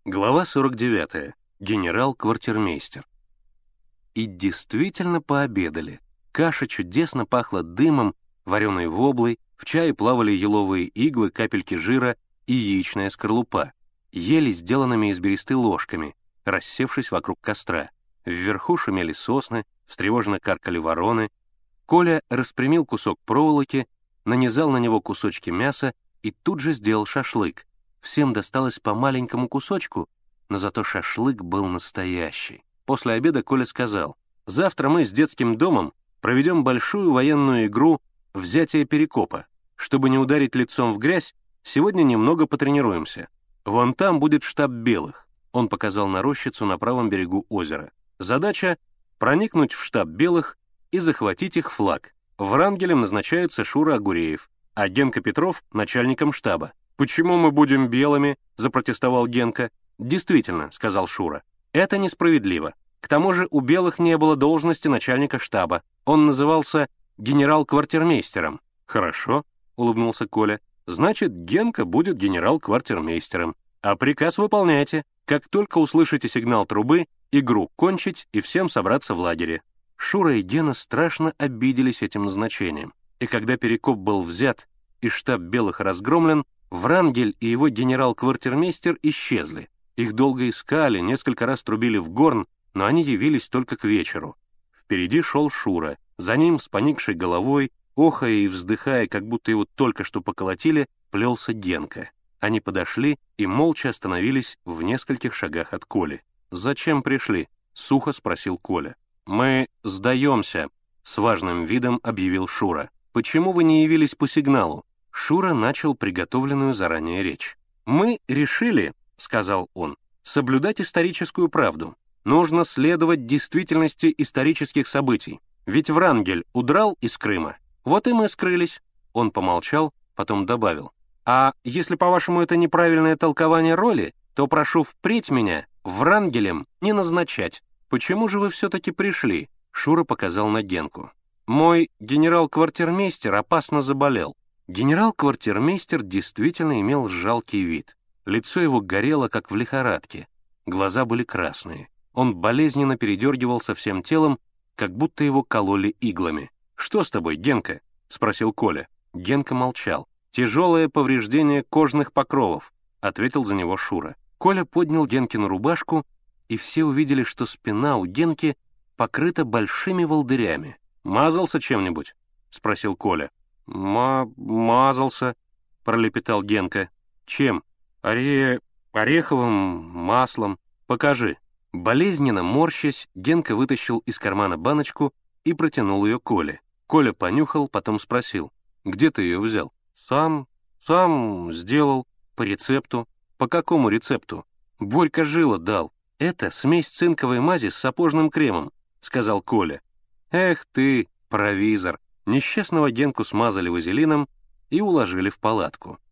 Глава 49. Генерал-квартирмейстер. И действительно пообедали. Каша чудесно пахла дымом, вареной воблой, в чае плавали еловые иглы, капельки жира и яичная скорлупа. Ели сделанными из бересты ложками, рассевшись вокруг костра. Вверху шумели сосны, встревоженно каркали вороны. Коля распрямил кусок проволоки, нанизал на него кусочки мяса и тут же сделал шашлык. Всем досталось по маленькому кусочку, но зато шашлык был настоящий. После обеда Коля сказал: «Завтра мы с детским домом проведем большую военную игру «Взятие Перекопа». Чтобы не ударить лицом в грязь, сегодня немного потренируемся. Вон там будет штаб белых». Он показал на рощицу на правом берегу озера. Задача — проникнуть в штаб белых и захватить их флаг. Врангелем назначается Шура Огуреев, а Генка Петров — начальником штаба. «Почему мы будем белыми?» — запротестовал Генка. «Действительно», — сказал Шура, — «это несправедливо. К тому же у белых не было должности начальника штаба. Он назывался генерал-квартирмейстером». «Хорошо», — улыбнулся Коля. «Значит, Генка будет генерал-квартирмейстером. А приказ выполняйте. Как только услышите сигнал трубы, игру кончить и всем собраться в лагере». Шура и Гена страшно обиделись этим назначением. И когда Перекоп был взят и штаб белых разгромлен, Врангель и его генерал-квартирмейстер исчезли. Их долго искали, несколько раз трубили в горн, но они явились только к вечеру. Впереди шел Шура, за ним, с поникшей головой, охая и вздыхая, как будто его только что поколотили, плелся Генка. Они подошли и молча остановились в нескольких шагах от Коли. «Зачем пришли?» — сухо спросил Коля. «Мы сдаемся», — с важным видом объявил Шура. «Почему вы не явились по сигналу?» Шура начал приготовленную заранее речь. «Мы решили, — сказал он, — соблюдать историческую правду. Нужно следовать действительности исторических событий. Ведь Врангель удрал из Крыма. Вот и мы скрылись». Он помолчал, потом добавил: «А если, по-вашему, это неправильное толкование роли, то прошу впредь меня Врангелем не назначать». «Почему же вы все-таки пришли?» Шура показал на Генку. «Мой генерал-квартирмейстер опасно заболел». Генерал-квартирмейстер действительно имел жалкий вид. Лицо его горело, как в лихорадке. Глаза были красные. Он болезненно передергивался всем телом, как будто его кололи иглами. «Что с тобой, Генка?» — спросил Коля. Генка молчал. «Тяжелое повреждение кожных покровов», — ответил за него Шура. Коля поднял Генкину рубашку, и все увидели, что спина у Генки покрыта большими волдырями. «Мазался чем-нибудь?» — спросил Коля. «Мазался», — пролепетал Генка. «Чем? Ореховым маслом. Покажи». Болезненно морщась, Генка вытащил из кармана баночку и протянул ее Коле. Коля понюхал, потом спросил: «Где ты ее взял?» «Сам сделал. По рецепту». «По какому рецепту?» «Борька Жила дал. Это смесь цинковой мази с сапожным кремом», — сказал Коля. «Эх ты, провизор». Несчастного Генку смазали вазелином и уложили в палатку.